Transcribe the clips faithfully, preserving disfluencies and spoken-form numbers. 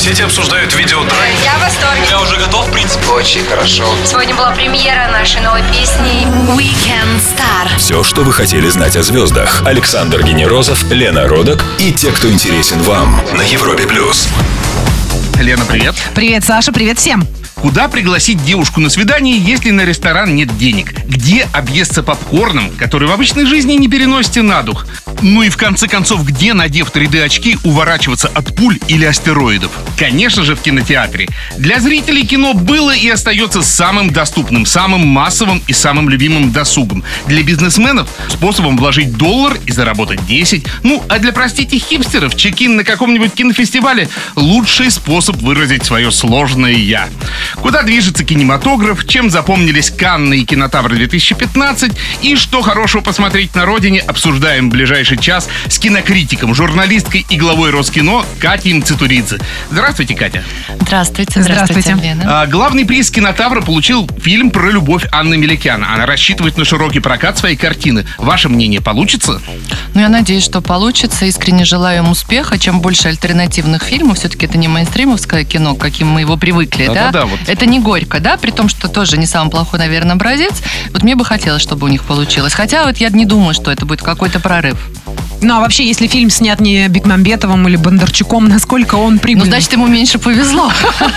Соцсети обсуждают видео драйв. Я в восторге. Я уже готов, в принципе. Очень хорошо. Сегодня была премьера нашей новой песни Weekend Star. Все, что вы хотели знать о звездах. Александр Генерозов, Лена Родок и те, кто интересен вам на Европе плюс. Лена, привет. Привет, Саша, привет всем. Куда пригласить девушку на свидание, если на ресторан нет денег? Где объесться попкорном, который в обычной жизни не переносите на дух? Ну и в конце концов, где, надев три дэ очки, уворачиваться от пуль или астероидов? Конечно же, в кинотеатре. Для зрителей кино было и остается самым доступным, самым массовым и самым любимым досугом. Для бизнесменов — способом вложить доллар и заработать десять. Ну, а для, простите, хипстеров, чек-ин на каком-нибудь кинофестивале — лучший способ выразить свое сложное «я». Куда движется кинематограф, чем запомнились Канны и Кинотавры две тысячи пятнадцать и что хорошего посмотреть на родине, обсуждаем в ближайший час с кинокритиком, журналисткой и главой Роскино Катей Мцитуридзе. Здравствуйте, Катя. Здравствуйте, здравствуйте, Здравствуйте. Лена. А, главный приз Кинотавра получил фильм про любовь Анны Меликян. Она рассчитывает на широкий прокат своей картины. Ваше мнение, получится? Ну, я надеюсь, что получится. Искренне желаю им успеха. Чем больше альтернативных фильмов, все-таки это не мейнстримовское кино, к каким мы его привыкли, да? Да-да-да, вот. Это не горько, да? При том, что тоже не самый плохой, наверное, образец. Вот мне бы хотелось, чтобы у них получилось. Хотя вот я не думаю, что это будет какой-то прорыв. Ну, а вообще, если фильм снят не Бекмамбетовым или Бондарчуком, насколько он прибыльный? Ну, значит, ему меньше повезло.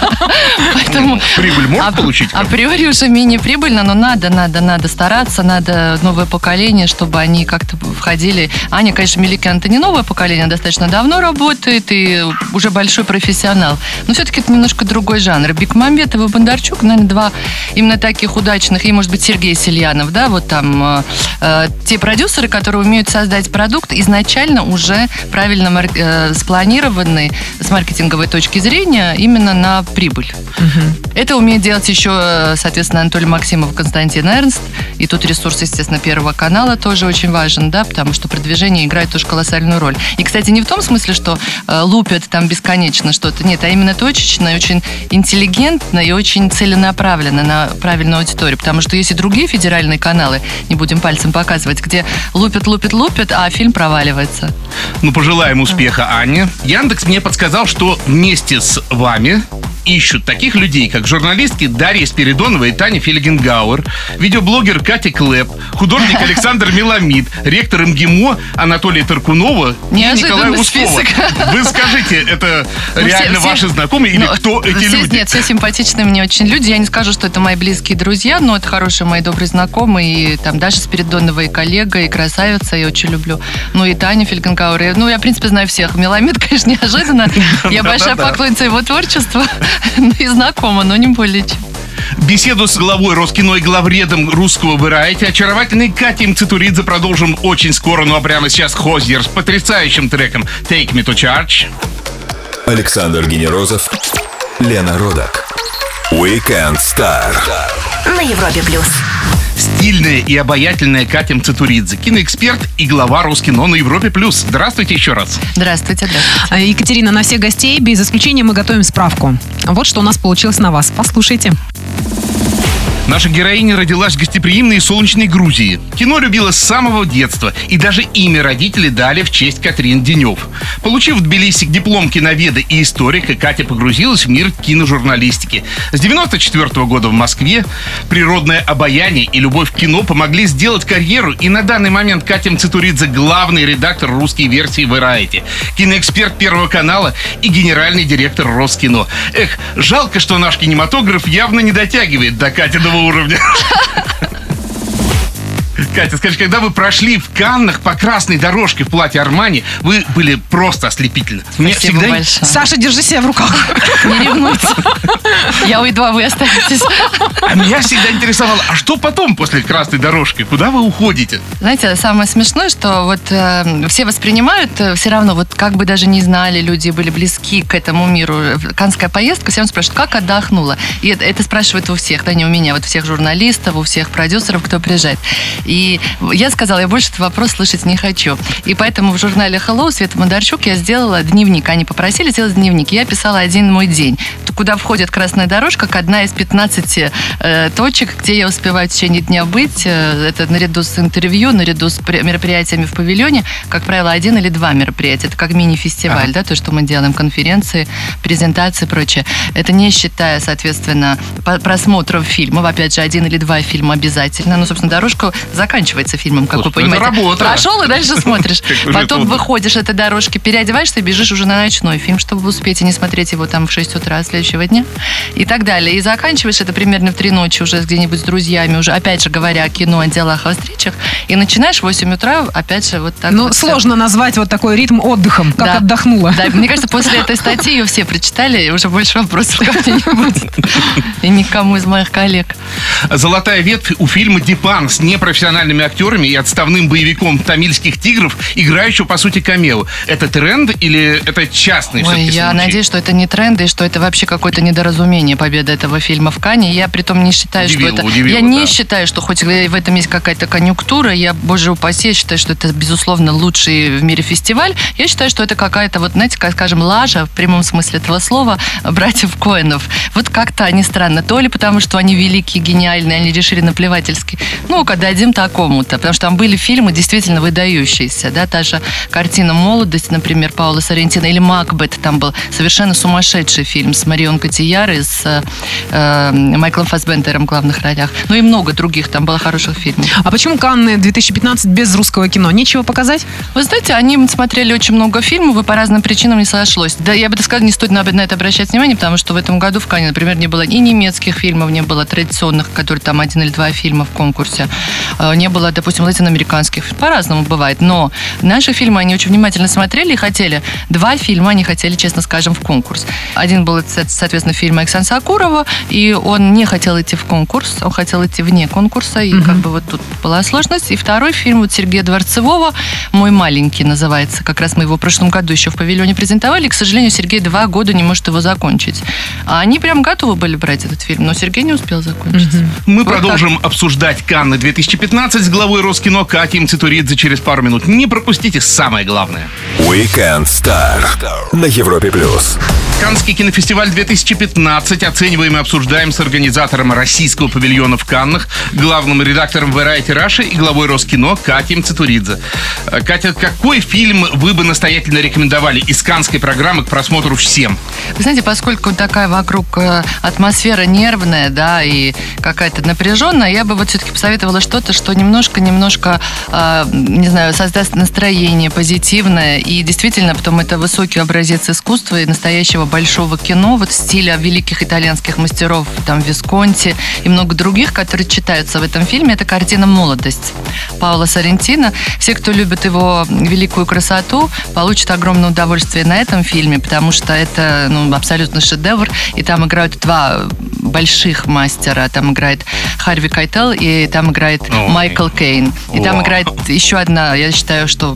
Поэтому Прибыль может получить? априори уже менее прибыльно, но надо, надо, надо стараться, надо новое поколение, чтобы они как-то входили. Аня, конечно, Меликян-то не новое поколение, достаточно давно работает и уже большой профессионал. Но все-таки это немножко другой жанр. Бекмамбетов и Бондарчук, наверное, два именно таких удачных, и, может быть, Сергей Сельянов, да, вот там э, те продюсеры, которые умеют создать продукт изначально уже правильно мар- э, спланированный с маркетинговой точки зрения именно на прибыль. Угу. Это умеет делать еще, соответственно, Анатолий Максимов, Константин Эрнст. И тут ресурс, естественно, Первого канала тоже очень важен, да, потому что продвижение играет тоже колоссальную роль. И, кстати, не в том смысле, что э, лупят там бесконечно что-то, нет, а именно точечно, и очень интеллигентно и очень целенаправленно на правильную аудиторию. Потому что есть и другие федеральные каналы, не будем пальцем показывать, где лупят, лупят, лупят, а фильм проваливается. Ну, пожелаем успеха Анне. Яндекс мне подсказал, что вместе с вами ищут таких людей, как журналистки Дарья Спиридонова и Таня Фельгенгауэр, видеоблогер Катя Клэп, художник Александр Меламид, ректор МГИМО Анатолия Таркунова и Николай Ускова. Список. Вы скажите, это Ну, реально все- ваши все- знакомые или ну, кто эти все- люди? Нет, все симпатичные мне очень люди. Я не скажу, что это мои близкие друзья, но это хорошие мои добрые знакомые. И там Даша Спиридонова, и коллега, и красавица, я очень люблю. Ну и Таня Фельгенгауэр. И, Ну, я, в принципе, знаю всех. Меламид, конечно, неожиданно. Я большая Да-да-да. поклонница его творчества. Ну и знакома, но не более чем. Беседу с главой Роскино и главредом русского Variety очаровательной Катей Мцитуридзе продолжим очень скоро. Ну а прямо сейчас Хозьер с потрясающим треком «Take Me to Church». Александр Генерозов, Лена Родок. Weekend Star. На Европе плюс. Стильная и обаятельная Катя Мцитуридзе, киноэксперт и глава Роскино на Европе плюс. Здравствуйте еще раз. Здравствуйте, здравствуйте. Екатерина, на всех гостей без исключения мы готовим справку. Вот что у нас получилось на вас. Послушайте. Наша героиня родилась в гостеприимной и солнечной Грузии. Кино любила с самого детства, и даже имя родители дали в честь Катрин Денев. Получив в Тбилиси диплом киноведа и историка, Катя погрузилась в мир киножурналистики. С девяносто четвёртого года в Москве природное обаяние и любовь к кино помогли сделать карьеру, и на данный момент Катя Мцитуридзе — главный редактор русской версии Variety, киноэксперт Первого канала и генеральный директор Роскино. Эх, жалко, что наш кинематограф явно не дотягивает до Катиного уровня. Катя, скажи, когда вы прошли в Каннах по красной дорожке в платье Армани, вы были просто ослепительны. Мне Спасибо всегда... большое. Саша, держи себя в руках. Не ревнуйте. Я уйду, а вы останетесь. А меня всегда интересовало, а что потом после красной дорожки? Куда вы уходите? Знаете, самое смешное, что вот э, все воспринимают э, все равно, вот как бы даже не знали люди, были близки к этому миру. Каннская поездка, все равно спрашивают, как отдохнула? И это, это спрашивают у всех, да, не у меня, вот у всех журналистов, у всех продюсеров, кто приезжает. И я сказала, я больше этот вопрос слышать не хочу. И поэтому в журнале Hello Света Бондарчук Грищук, я сделала дневник. Они попросили сделать дневник. Я писала один мой день, куда входит красная дорожка, как одна из пятнадцати э, точек, где я успеваю в течение дня быть. Это наряду с интервью, наряду с мероприятиями в павильоне, как правило, один или два мероприятия. Это как мини-фестиваль, ага. да, то, что мы делаем, конференции, презентации и прочее. Это не считая, соответственно, просмотров фильмов. Опять же, один или два фильма обязательно. Ну, собственно, дорожка заканчивается фильмом, как Слушай, вы понимаете. Это работа. Прошел и дальше смотришь. Потом выходишь этой дорожки, переодеваешься и бежишь уже на ночной фильм, чтобы успеть и не смотреть его там в шесть утра следующего дня. И так далее. И заканчиваешь это примерно в три ночи уже где-нибудь с друзьями, уже, опять же, говоря о кино, о делах, о встречах. И начинаешь в восемь утра, опять же, вот так. Ну, вот сложно все. назвать вот такой ритм отдыхом, как да. отдохнула. Да, мне кажется, после этой статьи ее все прочитали, и уже больше вопросов ко мне не будет. И никому из моих коллег. Золотая ветвь у фильма «Дипан» с непрофессиональными актерами и отставным боевиком «Тамильских тигров», играющего, по сути, камео. Это тренд или это частный Ой, все-таки я случай? надеюсь, что это не тренд, и что это вообще какое-то недоразумение, победа этого фильма в Канне. Я притом не считаю, удивило, что это... Удивило, я да. не считаю, что хоть в этом есть какая-то конъюнктура, я, боже упаси, я считаю, что это, безусловно, лучший в мире фестиваль. Я считаю, что это какая-то, вот, знаете, как, скажем, лажа, в прямом смысле этого слова, братьев Коэнов. Вот как-то они странно. То ли потому, что они великие, гениальные, они решили наплевательски. Ну-ка, дадим такому-то. Потому что там были фильмы действительно выдающиеся. Да? Та же картина «Молодость», например, Паула Соррентино, или «Макбет». Там был совершенно сумасшедший фильм с Марион Котийяр и с э, Майклом Фассбендером в главных ролях. Ну и много других там было хороших фильмов. А почему Канны две тысячи пятнадцать без русского кино? Нечего показать? Вы знаете, они смотрели очень много фильмов, и по разным причинам не сошлось. Да, я бы так сказала, не стоит на это обращать внимание, потому что в этом году в Канне, например, не было и немецких фильмов, не было традиционных, которые там один или два фильма в конкурсе. Не было, допустим, латиноамериканских. По-разному бывает. Но наши фильмы они очень внимательно смотрели и хотели. Два фильма они хотели, честно скажем, в конкурс. Один был, соответственно, фильм Эксан Сакурова, и он не хотел идти в конкурс, он хотел идти вне конкурса, и mm-hmm. как бы вот тут была сложность. И второй фильм вот Сергея Дворцевого «Мой маленький» называется. Как раз мы его в прошлом году еще в павильоне презентовали. И, к сожалению, Сергей два года не может его закончить. А они прям готовы были брать этот фильм, но Сергей не успел закончить. Mm-hmm. Мы вот продолжим так. обсуждать Канны две тысячи пятнадцать с главой Роскино Катей Мцитуридзе через пару минут. Не пропустите самое главное. Weekend Star на Европе плюс. Каннский кинофестиваль две тысячи пятнадцать оцениваем и обсуждаем с организатором российского павильона в Каннах, главным редактором Variety Russia и главой Роскино Катей Мцитуридзе. Катя, какой фильм вы бы настоятельно рекомендовали из каннской программы к просмотру всем? Вы знаете, поскольку такая вокруг атмосфера нервная, да, и какая-то напряженная, я бы вот все-таки посоветовала что-то, что немножко-немножко, э, не знаю, создаст настроение позитивное, и действительно потом это высокий образец искусства и настоящего большого кино, вот стиля великих итальянских мастеров, там, Висконти и много других, которые читаются в этом фильме. Это картина «Молодость» Паула Соррентино. Все, кто любит его великую красоту, получат огромное удовольствие на этом фильме, потому что это, ну, абсолютно шедевр, и там играют два больших мастера. Там играет Харви Кайтел, и там играет Ой. Майкл Кейн. И О. там играет еще одна, я считаю, что,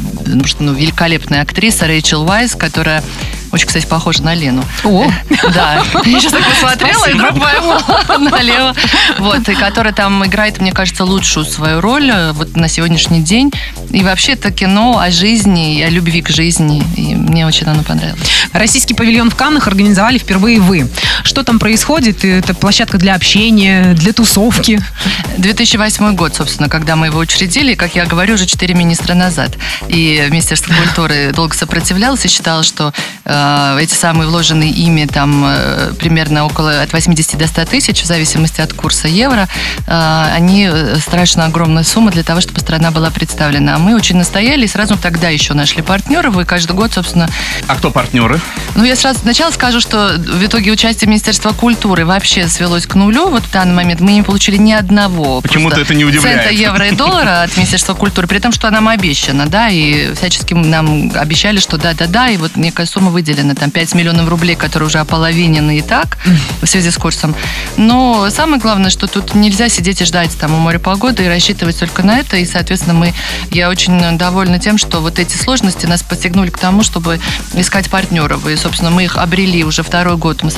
ну, великолепная актриса Рэйчел Уайс, которая очень, кстати, похожа на Лену. О! Да. Я сейчас так посмотрела, и вдруг поймала налево. Вот, и которая там играет, мне кажется, лучшую свою роль вот на сегодняшний день. И вообще это кино о жизни, и о любви к жизни. И мне очень оно понравилось. Российский павильон в Каннах организовали впервые вы. Что там происходит? Это площадка для общения, для тусовки? две тысячи восьмой год, собственно, когда мы его учредили, как я говорю, уже четыре министра назад. И Министерство культуры долго сопротивлялось и считало, что э, эти самые вложенные ими там э, примерно около от восьмидесяти до ста тысяч, в зависимости от курса евро, э, они страшно огромная сумма для того, чтобы страна была представлена. А мы очень настояли и сразу тогда еще нашли партнеров, и каждый год, собственно... А кто партнеры? Ну, я сразу сначала скажу, что в итоге участие Министерства культуры вообще свелось к нулю. Вот в данный момент мы не получили ни одного Почему-то это не удивляет. цента, евро и доллара от Министерства культуры, при том, что нам обещано, да, и всячески нам обещали, что да-да-да, и вот некая сумма выделена, там пять миллионов рублей, которые уже ополовинены и так в связи с курсом. Но самое главное, что тут нельзя сидеть и ждать там у моря погоды и рассчитывать только на это, и, соответственно, мы, я очень довольна тем, что вот эти сложности нас подстегнули к тому, чтобы искать партнеров, и, собственно, мы их обрели уже второй год, мы сотрудничаем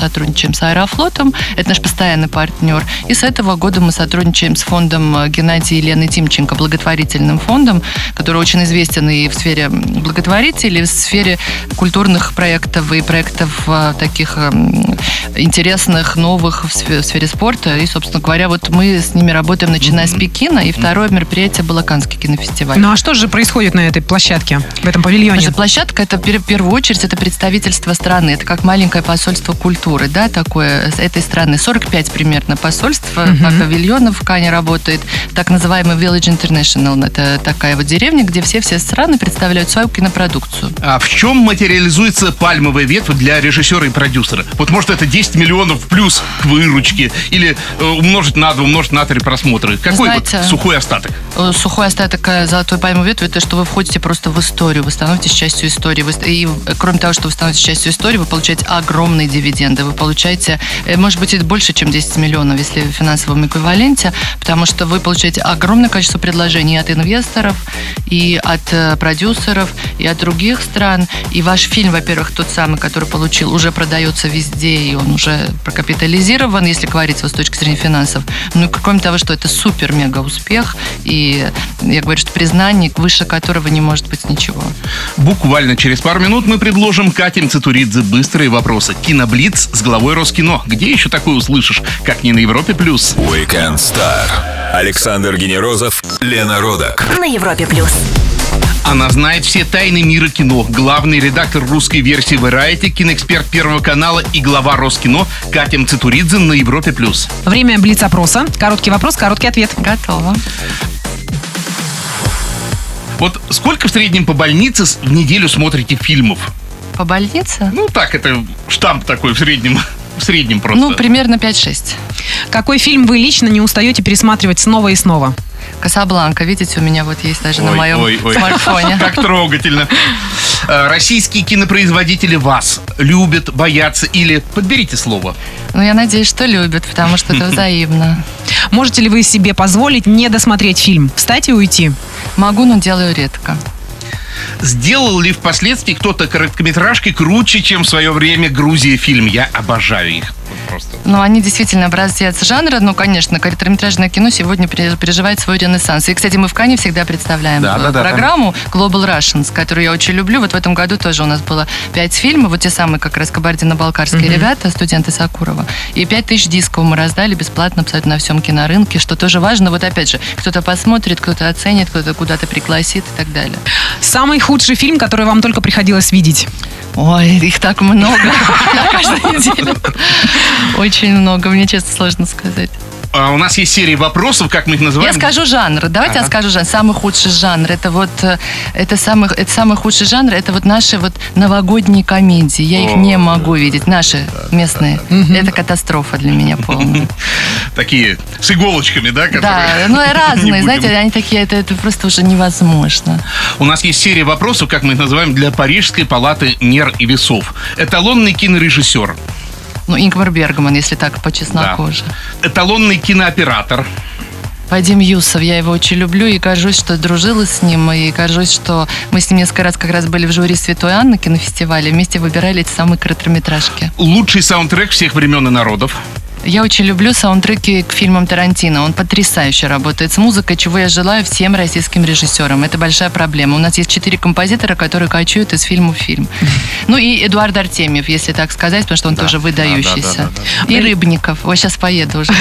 сотрудничаем с Аэрофлотом, это наш постоянный партнер. И с этого года мы сотрудничаем с фондом Геннадия и Елены Тимченко, благотворительным фондом, который очень известен и в сфере благотворителей, и в сфере культурных проектов и проектов таких интересных, новых в сфере спорта. И, собственно говоря, вот мы с ними работаем, начиная mm-hmm. с Пекина, и второе мероприятие было Каннский кинофестиваль. Ну а что же происходит на этой площадке, в этом павильоне? Значит, площадка, это в первую очередь, это представительство страны, это как маленькое посольство культуры, да, такое, с этой страны. сорок пять примерно посольств, mm-hmm. павильонов в Канне работает, так называемый Village International, это такая вот деревня, где все-все страны представляют свою кинопродукцию. А в чем материализуется пальмовая ветвь для режиссера и продюсера? Вот может это десять миллионов плюс к выручке, или э, умножить на два, умножить на три просмотры. Какой Знаете, вот сухой остаток? Сухой остаток золотой пальмовой ветви, это что вы входите просто в историю, вы становитесь частью истории. Вы, и кроме того, что вы становитесь частью истории, вы получаете огромные дивиденды. Вы получаете, может быть, это больше, чем десять миллионов, если в финансовом эквиваленте, потому что вы получаете огромное количество предложений от инвесторов, и от продюсеров, и от других стран. И ваш фильм, во-первых, тот самый, который получил, уже продается везде, и он уже прокапитализирован, если говорить вот с точки зрения финансов. Ну и кроме того, что это супер-мега успех, и я говорю, что признание, выше которого не может быть ничего. Буквально через пару минут мы предложим Кате Мцетуридзе быстрые вопросы. Киноблиц с главой Роскино. Где еще такое услышишь, как не на Европе+. плюс? Weekend Star. Александр Генерозов, Лена Родак. На Европе+. плюс. Она знает все тайны мира кино. Главный редактор русской версии Variety, киноэксперт Первого канала и глава Роскино Катя Мцетуридзе на Европе+. плюс. Время блиц-опроса. Короткий вопрос, короткий ответ. Готово. Вот сколько в среднем по больнице в неделю смотрите фильмов? По больнице? Ну так, это штамп такой в среднем. В среднем просто. Ну, примерно пять-шесть. Какой фильм вы лично не устаете пересматривать снова и снова? «Касабланка». Видите, у меня вот есть даже ой, на моем ой, ой. смартфоне. Как трогательно. Российские кинопроизводители вас любят, боятся или... Подберите слово. Ну, я надеюсь, что любят, потому что это взаимно. Можете ли вы себе позволить не досмотреть фильм? Встать и уйти? Могу, но делаю редко. Сделал ли впоследствии кто-то короткометражки круче, чем в свое время «Грузия» фильм? Я обожаю их. Просто. Ну, они действительно образец жанра. Ну, конечно, короткометражное кино сегодня переживает свой ренессанс. И, кстати, мы в Канне всегда представляем да, да, программу Global Russians, которую я очень люблю. Вот в этом году тоже у нас было пять фильмов. Вот те самые как раз кабардино-балкарские mm-hmm. ребята, студенты Сакурова. И пять тысяч дисков мы раздали бесплатно абсолютно на всем кинорынке, что тоже важно. Вот опять же, кто-то посмотрит, кто-то оценит, кто-то куда-то пригласит и так далее. Самый худший фильм, который вам только приходилось видеть? Ой, их так много на каждой неделе. Очень много, мне честно сложно сказать. А у нас есть серия вопросов, как мы их называем? Я скажу жанр. Давайте ага. я скажу жанр. Самый худший жанр. Это вот это самый, это самый худший жанр. Это вот наши вот новогодние комедии. Я их О, не могу видеть. Наши местные. Угу. Это катастрофа для меня полная. Такие с иголочками, да? Да, ну разные. Знаете, они такие, это, это просто уже невозможно. У нас есть серия вопросов, как мы их называем, для Парижской палаты мер и весов. Эталонный кинорежиссер. Ну, Ингмар Бергман, если так, по чесноку да. уже. Эталонный кинооператор. Вадим Юсов, я его очень люблю и горжусь, что дружила с ним, и горжусь, что мы с ним несколько раз как раз были в жюри Святой Анны кинофестиваля, вместе выбирали эти самые короткометражки. Лучший саундтрек всех времен и народов. Я очень люблю саундтреки к фильмам Тарантино. Он потрясающе работает с музыкой, чего я желаю всем российским режиссерам. Это большая проблема. У нас есть четыре композитора, которые кочуют из фильма в фильм. Ну и Эдуард Артемьев, если так сказать, потому что он да, тоже выдающийся. Да, да, да, да, да. И Рыбников. Вот сейчас поеду уже.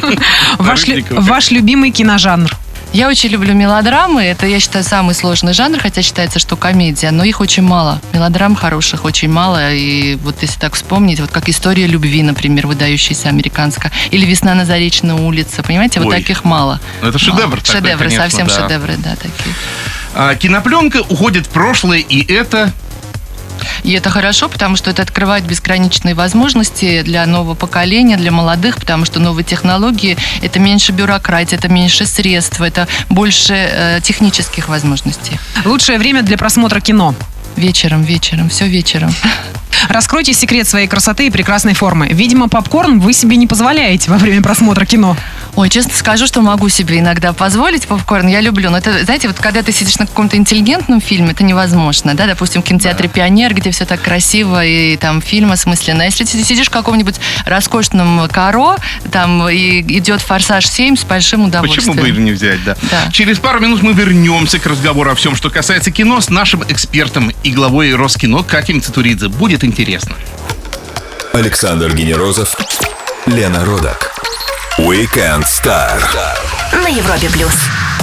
Ваш любимый киножанр? Я очень люблю мелодрамы. Это, я считаю, самый сложный жанр, хотя считается, что комедия, но их очень мало. Мелодрам хороших очень мало. И вот если так вспомнить, вот как «История любви», например, выдающаяся американская, или «Весна на Заречной улице», понимаете, Ой. вот таких мало. Это шедевр. Мало. Шедевры, конечно, совсем да. шедевры, да, такие. А, кинопленка уходит в прошлое, и это... И это хорошо, потому что это открывает безграничные возможности для нового поколения, для молодых, потому что новые технологии – это меньше бюрократии, это меньше средств, это больше э, технических возможностей. Лучшее время для просмотра кино? Вечером, вечером, все вечером. Раскройте секрет своей красоты и прекрасной формы. Видимо, попкорн вы себе не позволяете во время просмотра кино. Ой, честно скажу, что могу себе иногда позволить попкорн. Я люблю. Но это, знаете, вот когда ты сидишь на каком-то интеллигентном фильме, это невозможно, да? Допустим, в кинотеатре да. «Пионер», где все так красиво и там фильм осмысленно. А если ты сидишь в каком-нибудь роскошном Каро, там и идет «Форсаж семь» с большим удовольствием. Почему бы и не взять, да. да. Через пару минут мы вернемся к разговору о всем, что касается кино, с нашим экспертом и главой Роскино Катей Мцатуридзе. Будет интересно. Александр Генерозов, Лена Родак. Weekend Star На Европе плюс.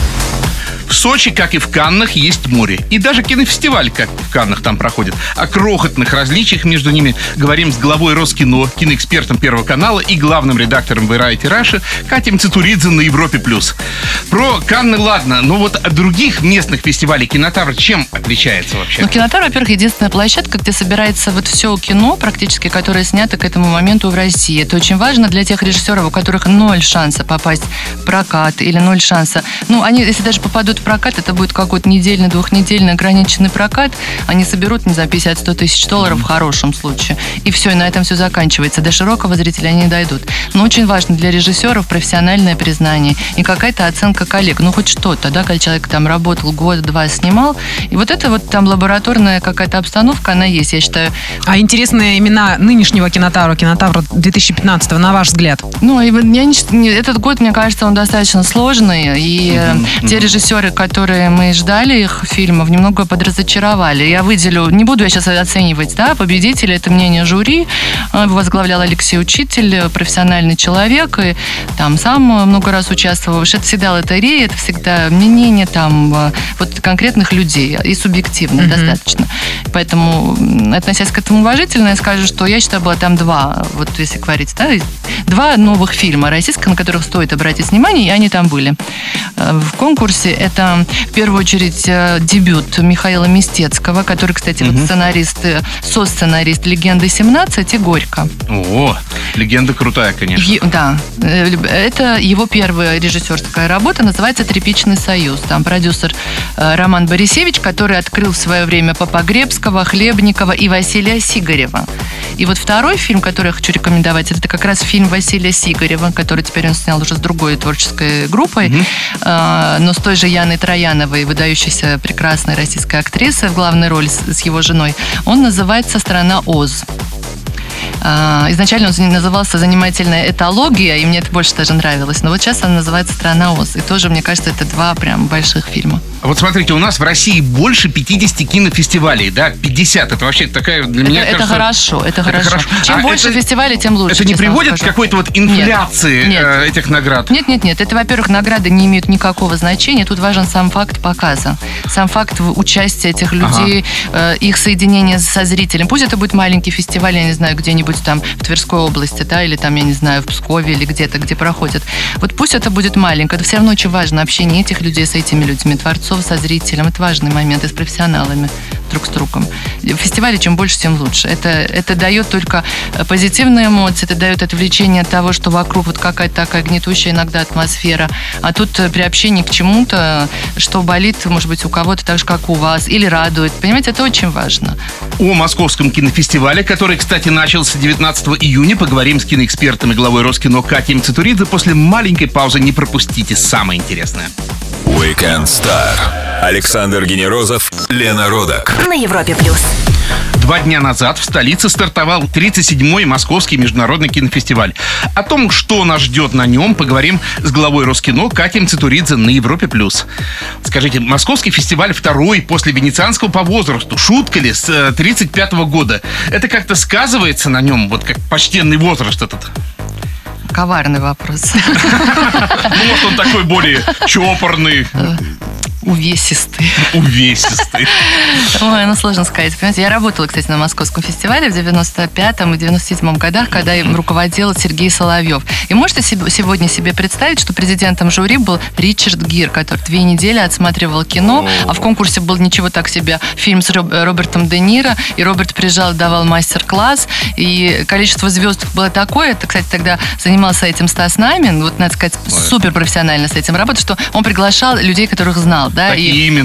В Сочи, как и в Каннах, есть море. И даже кинофестиваль, как в Каннах, там проходит. О крохотных различиях между ними говорим с главой Роскино, киноэкспертом Первого канала и главным редактором Variety Russia Катей Мцатуридзе на Европе плюс. Про Канны ладно, но вот от других местных фестивалей «Кинотавр» чем отличается вообще? Ну, «Кинотавр», во-первых, единственная площадка, где собирается вот все кино, практически, которое снято к этому моменту в России. Это очень важно для тех режиссеров, у которых ноль шанса попасть в прокат или ноль шанса. Ну, они, если даже попадут в прокат, это будет какой-то недельный, двухнедельный ограниченный прокат. Они соберут, не знаю, пятьдесят-сто тысяч долларов в хорошем случае. И все, и на этом все заканчивается. До широкого зрителя они не дойдут. Но очень важно для режиссеров профессиональное признание и какая-то оценка коллег. Ну, хоть что-то, да, когда человек там работал год-два, снимал. И вот это вот там лабораторная какая-то обстановка, она есть, я считаю. А интересные имена нынешнего кинотавра, кинотавра две тысячи пятнадцатого, на ваш взгляд? Ну, я не, этот год, мне кажется, он достаточно сложный. И mm-hmm. те режиссеры, которые мы ждали их фильмов, немного подразочаровали. Я выделю, не буду я сейчас оценивать, да, победителя, это мнение жюри. Возглавлял Алексей Учитель, профессиональный человек, и там сам много раз участвовал. Это всегда лотерея, это всегда мнение там вот конкретных людей и субъективно mm-hmm. достаточно. Поэтому, относясь к этому уважительно, я скажу, что я считаю, было там два, вот если говорить, да, два новых фильма российских, на которых стоит обратить внимание, и они там были. В конкурсе это в первую очередь дебют Михаила Мистецкого, который, кстати, mm-hmm. вот сценарист, со-сценарист «Легенды семнадцать» и «Горько». О, легенда крутая, конечно. Е- да, это его первая режиссерская работа, называется «Тряпичный союз». Там продюсер Роман Борисевич, который открыл в свое время Попогребского, Хлебникова и Василия Сигарева. И вот второй фильм, который я хочу рекомендовать, это как раз фильм Василия Сигарева, который теперь он снял уже с другой творческой группой, mm-hmm. но с той же Яной Трояновой, выдающейся прекрасной российской актрисой в главной роли с, с его женой. Он называется «Страна Оз». Изначально он назывался «Занимательная этология», и мне это больше даже нравилось. Но вот сейчас он называется «Страна Оз». И тоже, мне кажется, это два прям больших фильма. Вот смотрите, у нас в России больше пятьдесят кинофестивалей, да? пятьдесят. Это вообще такая для меня, это, кажется... Это хорошо, это, это хорошо. хорошо. Чем а больше это, фестивалей, тем лучше. Это не приводит к какой-то вот инфляции нет, нет. этих наград? Нет, нет, нет. Это, во-первых, награды не имеют никакого значения. Тут важен сам факт показа. Сам факт участия этих людей, ага. их соединения со зрителем. Пусть это будет маленький фестиваль, я не знаю, где-нибудь там в Тверской области, да, или там, я не знаю, в Пскове или где-то, где проходят. Вот пусть это будет маленько. Это все равно очень важно общение этих людей с этими людьми, творцов со зрителем. Это важный момент, и с профессионалами друг с другом. В фестивале чем больше, тем лучше. Это, это дает только позитивные эмоции, это дает отвлечение от того, что вокруг вот какая-то такая гнетущая иногда атмосфера. А тут при общении к чему-то, что болит, может быть, у кого-то так же, как у вас, или радует. Понимаете, это очень важно. О Московском кинофестивале, который, кстати, начался девятнадцатого июня, поговорим с киноэкспертом и главой Роскино Катей Мцатуридзе после маленькой паузы. Не пропустите самое интересное. Weekend Star. Александр Генерозов, Лена Родак. На Европе плюс. Два дня назад в столице стартовал тридцать седьмой Московский международный кинофестиваль. О том, что нас ждет на нем, поговорим с главой Роскино Катей Мцатуридзе на Европе плюс. Скажите, Московский фестиваль второй после Венецианского по возрасту. Шутка ли, с тридцать пятого года? Это как-то сказывается на нем, вот как почтенный возраст этот? Коварный вопрос. Ну, может, он такой более чопорный. Увесистый. Увесистый. Ой, ну сложно сказать. Понимаете, я работала, кстати, на Московском фестивале в девяносто пятом и девяносто седьмом годах, когда им руководил Сергей Соловьев. И можете сегодня себе представить, что президентом жюри был Ричард Гир, который две недели отсматривал кино, а в конкурсе был ничего так себе фильм с Робертом Де Ниро, и Роберт приезжал, давал мастер-класс, и количество звезд было такое, это, кстати, тогда занимался этим Стас Намин, вот, надо сказать, суперпрофессионально с этим работал, что он приглашал людей, которых знал. Да, так и, именно.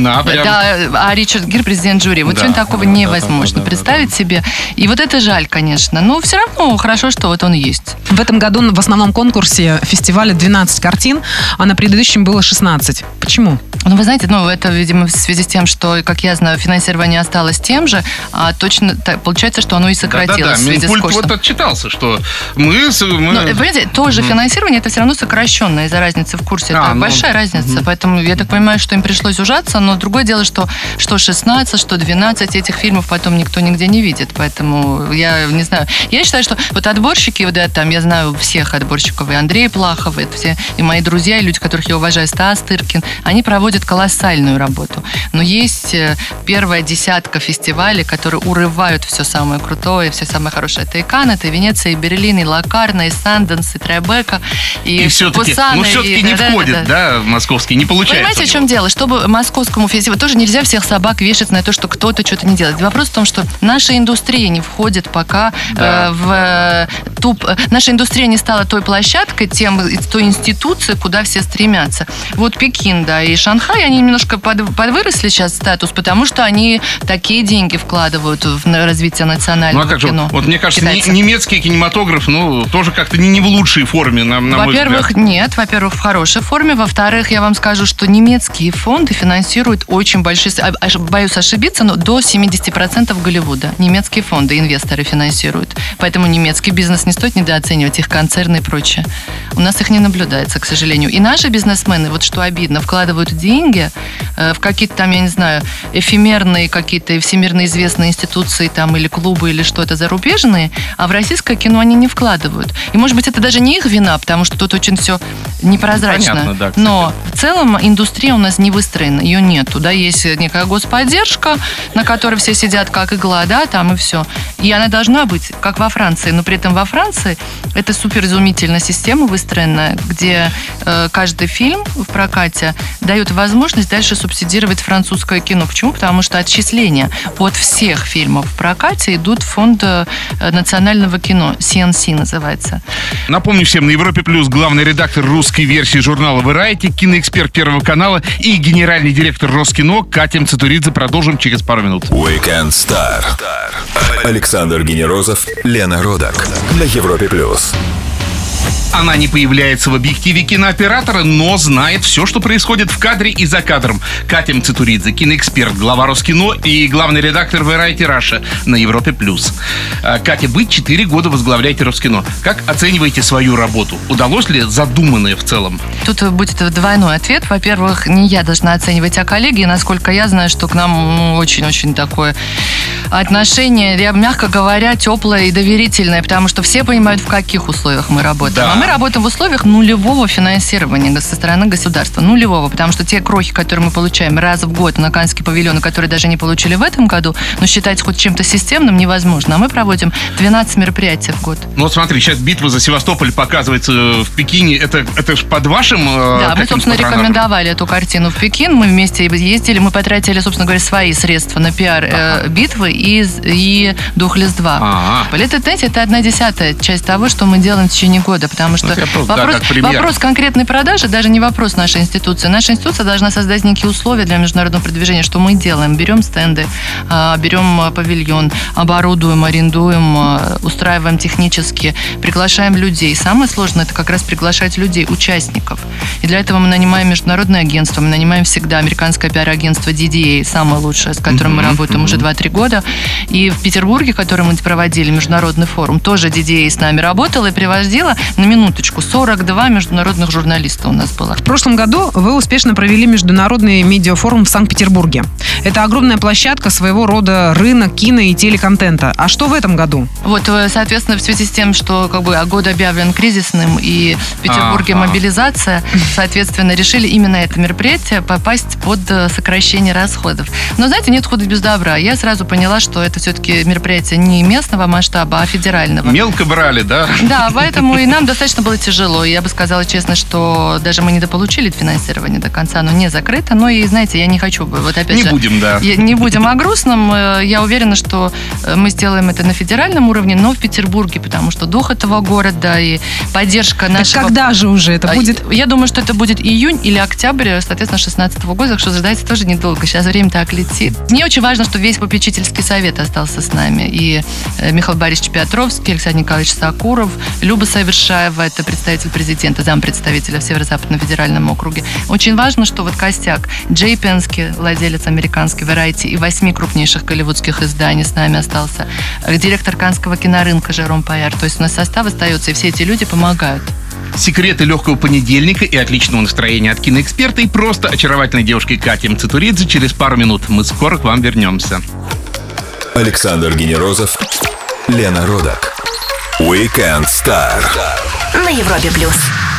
имена прям. Да, а Ричард Гир, президент жюри. Вот Да, сегодня такого да, невозможно да, да, представить да, да. себе. И вот это жаль, конечно. Но все равно хорошо, что вот он есть. В этом году в основном конкурсе фестиваля двенадцать картин, а на предыдущем было шестнадцать. Почему? Ну, вы знаете, ну, это, видимо, в связи с тем, что, как я знаю, финансирование осталось тем же, а точно так, получается, что оно и сократилось Да-да-да, в связи с Минкульт коштом. вот отчитался, что мы... с- мы- Ну, понимаете, тоже финансирование, это все равно сокращенное из-за разницы в курсе. Это А, ну, большая разница. Поэтому я так понимаю, что им пришлось ужаться, но другое дело, что что шестнадцать, что двенадцать этих фильмов потом никто нигде не видит. Поэтому я не знаю. Я считаю, что вот отборщики, вот да, там, я знаю всех отборщиков, и Андрей Плахов, и все, и мои друзья, и люди, которых я уважаю, Стас Тыркин, они проводят колоссальную работу. Но есть э, первая десятка фестивалей, которые урывают все самое крутое, все самое хорошее. Это и Канн, это и Венеция, и Берлин, и Локарно, и Санденс, и Требека, и, И все-таки, Пусана, ну, все-таки и- не да, входит, да, да, в московский, не получается. Понимаете, у в него. чем дело? Чтобы московскому фестивалю тоже нельзя всех собак вешать на то, что кто-то что-то не делает. Вопрос в том, что наша индустрия не входит пока Да. э, в э, ту... э, Наша индустрия не стала той площадкой, тем, той институцией, куда все стремятся. Вот Пекин, да, и Шанхай, они немножко под, подвыросли сейчас статус, потому что они такие деньги вкладывают в на- развитие Ну национального а как же, кино. вот мне кажется, не- Китайцы. немецкий кинематограф, ну, тоже как-то не, не в лучшей форме, на, на мой Во-первых, взгляд. нет. Во-первых, в хорошей форме. Во-вторых, я вам скажу, что немецкие фонды финансируют очень большие... а- аж- Боюсь ошибиться, но до семьдесят процентов Голливуда. Немецкие фонды, инвесторы финансируют. Поэтому немецкий бизнес не стоит недооценивать, их концерны и прочее. У нас их не наблюдается, к сожалению. И наши бизнесмены, вот что обидно, вкладывают деньги э, в какие-то там, я не знаю, эфемерные какие-то всемирно известные институции там или клубы, или что-то зарубежные, а в российское кино они не вкладывают. И, может быть, это даже не их вина, потому что тут очень все непрозрачно. Понятно, да, кстати. Но в целом индустрия у нас не выстроена, ее нету. Да, есть некая господдержка, на которой все сидят как игла, да, там и все. И она должна быть, как во Франции. Но при этом во Франции это супер изумительная система выстроена, где э, каждый фильм в прокате дает возможность дальше субсидировать французское кино. Почему? Потому что отчисления от всех фильмов в прокате идут в фонд э, национального кино. си эн си называется. Напомню всем, на Европе Плюс главный редактор русской версии журнала Variety, киноэксперт Первого канала и генеральный директор Роскино Катя Мцатуридзе. Продолжим через пару минут. Weekend Star. Александр Генерозов, Лена Родак на Европе Плюс. Она не появляется в объективе кинооператора, но знает все, что происходит в кадре и за кадром. Катя Мцатуридзе, киноэксперт, глава Роскино и главный редактор Variety Russia на Европе+. А, Катя, вы четыре года возглавляете Роскино. Как оцениваете свою работу? Удалось ли задуманное в целом? Тут будет двойной ответ. Во-первых, не я должна оценивать, а коллеги. И насколько я знаю, что к нам ну, очень-очень такое отношение, я, мягко говоря, теплое и доверительное, потому что все понимают, в каких условиях мы работаем. Да. А мы работаем в условиях нулевого финансирования со стороны государства. Нулевого, потому что те крохи, которые мы получаем раз в год на Каннский павильон, которые даже не получили в этом году, ну, считать хоть чем-то системным невозможно. А мы проводим двенадцать мероприятий в год. Ну вот смотри, сейчас битва за Севастополь показывается в Пекине. Это, это ж под вашим... э, Да, мы, каким-то собственно, патронажем? рекомендовали эту картину в Пекин. Мы вместе ездили, мы потратили, собственно говоря, свои средства на пиар э, битвы и, и Духлес два. Ага. Это, знаете, это одна десятая часть того, что мы делаем в течение года, потому что Ну, это просто, да, вопрос, как пример. вопрос конкретной продажи даже не вопрос нашей институции. Наша институция должна создать некие условия для международного продвижения, что мы делаем. Берем стенды, э, берем э, павильон, оборудуем, арендуем, э, устраиваем технически, приглашаем людей. Самое сложное – это как раз приглашать людей, участников. И для этого мы нанимаем международное агентство, мы нанимаем всегда американское пиар-агентство ди ди эй, самое лучшее, с которым мы работаем уже два-три года. И в Петербурге, который мы проводили, международный форум, тоже ди ди эй с нами работала и привозила, на минуточку, сорок два международных журналиста у нас было. В прошлом году вы успешно провели международный медиафорум в Санкт-Петербурге. Это огромная площадка, своего рода рынок кино и телеконтента. А что в этом году? Вот, э, соответственно, в связи с тем, что как бы год объявлен кризисным и в Петербурге Ага. мобилизация, соответственно, решили именно это мероприятие попасть под э, сокращение расходов. Но, знаете, нет худа без добра. Я сразу поняла, что это все-таки мероприятие не местного масштаба, а федерального. Мелко брали, да? Да, поэтому и нам достаточно достаточно было тяжело. Я бы сказала честно, что даже мы не дополучили финансирование до конца, оно не закрыто. Но и, знаете, я не хочу бы, вот опять Не же... будем, да. я- Не будем о грустном. Э, Я уверена, что э, мы сделаем это на федеральном уровне, но в Петербурге, потому что дух этого города и поддержка Так нашего... когда же уже это А, будет? Я думаю, что это будет июнь или октябрь, соответственно, шестнадцатого года, так что ждать тоже недолго. Сейчас время так летит. Мне очень важно, что весь попечительский совет остался с нами. И э, Михаил Борисович Петровский, Александр Николаевич Сакуров, Люба Совершаева, это представитель президента, зампредставителя в Северо-Западном федеральном округе. Очень важно, что вот костяк Джей Пенски, владелец американской Variety и восьми крупнейших голливудских изданий с нами остался. Э, Директор Каннского кинорынка Жером Паяр. То есть у нас состав остается, и все эти люди помогают. Секреты легкого понедельника и отличного настроения от киноэксперта и просто очаровательной девушки Кати Мцитуридзе через пару минут. Мы скоро к вам вернемся. Александр Генерозов, Лена Родак. Weekend Star. На Европе плюс.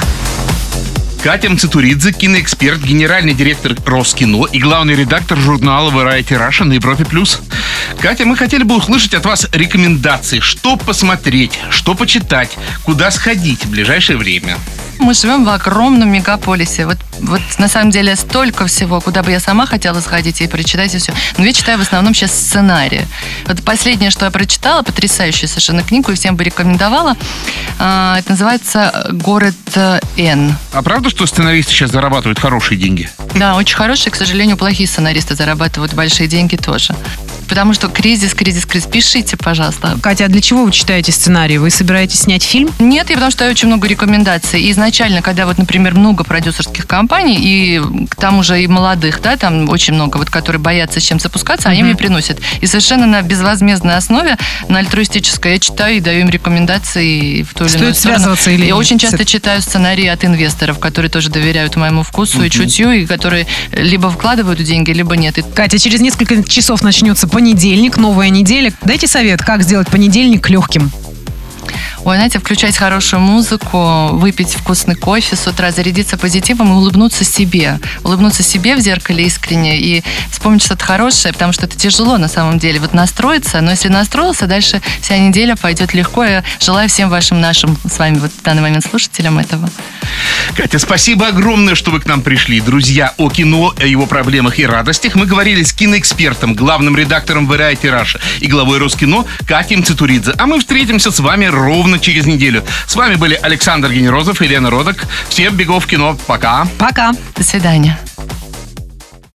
Катя Мцитуридзе, киноэксперт, генеральный директор Роскино и главный редактор журнала Variety Russia на Европе плюс. Катя, мы хотели бы услышать от вас рекомендации, что посмотреть, что почитать, куда сходить в ближайшее время. Мы живем в огромном мегаполисе. Вот, вот на самом деле столько всего, куда бы я сама хотела сходить и прочитать и все. Но я читаю в основном сейчас сценарии. Вот последнее, что я прочитала, потрясающую совершенно книгу, и всем бы рекомендовала. А, это называется «Город Н». А правда, что сценаристы сейчас зарабатывают хорошие деньги? Да, очень хорошие, к сожалению, плохие сценаристы зарабатывают большие деньги тоже. Потому что кризис, кризис, кризис. Пишите, пожалуйста. Катя, а для чего вы читаете сценарий? Вы собираетесь снять фильм? Нет, я потому что очень много рекомендаций. И изначально, когда вот, например, много продюсерских компаний, и к тому же и молодых, да, там очень много, вот, которые боятся с чем запускаться, они Мгм. мне приносят. И совершенно на безвозмездной основе, на альтруистической, я читаю и даю им рекомендации в ту или Стоит иную сторону. связываться или Я нет? очень часто читаю сценарии от инвесторов, которые тоже доверяют моему вкусу и чутью, и которые либо вкладывают деньги, либо нет. И Катя, через несколько часов начнется понедельник, новая неделя. Дайте совет, как сделать понедельник легким. Ой, знаете, включать хорошую музыку, выпить вкусный кофе с утра, зарядиться позитивом и улыбнуться себе. Улыбнуться себе в зеркале искренне и вспомнить что-то хорошее, потому что это тяжело на самом деле. Вот настроиться, но если настроился, дальше вся неделя пойдет легко. Я желаю всем вашим, нашим с вами вот в данный момент слушателям этого. Катя, спасибо огромное, что вы к нам пришли. Друзья, о кино, о его проблемах и радостях мы говорили с киноэкспертом, главным редактором Variety Russia и главой Роскино Катей Мцитуридзе. А мы встретимся с вами ровно через неделю. С вами были Александр Генерозов и Лена Родак. Всем бегов в кино. Пока. Пока. До свидания.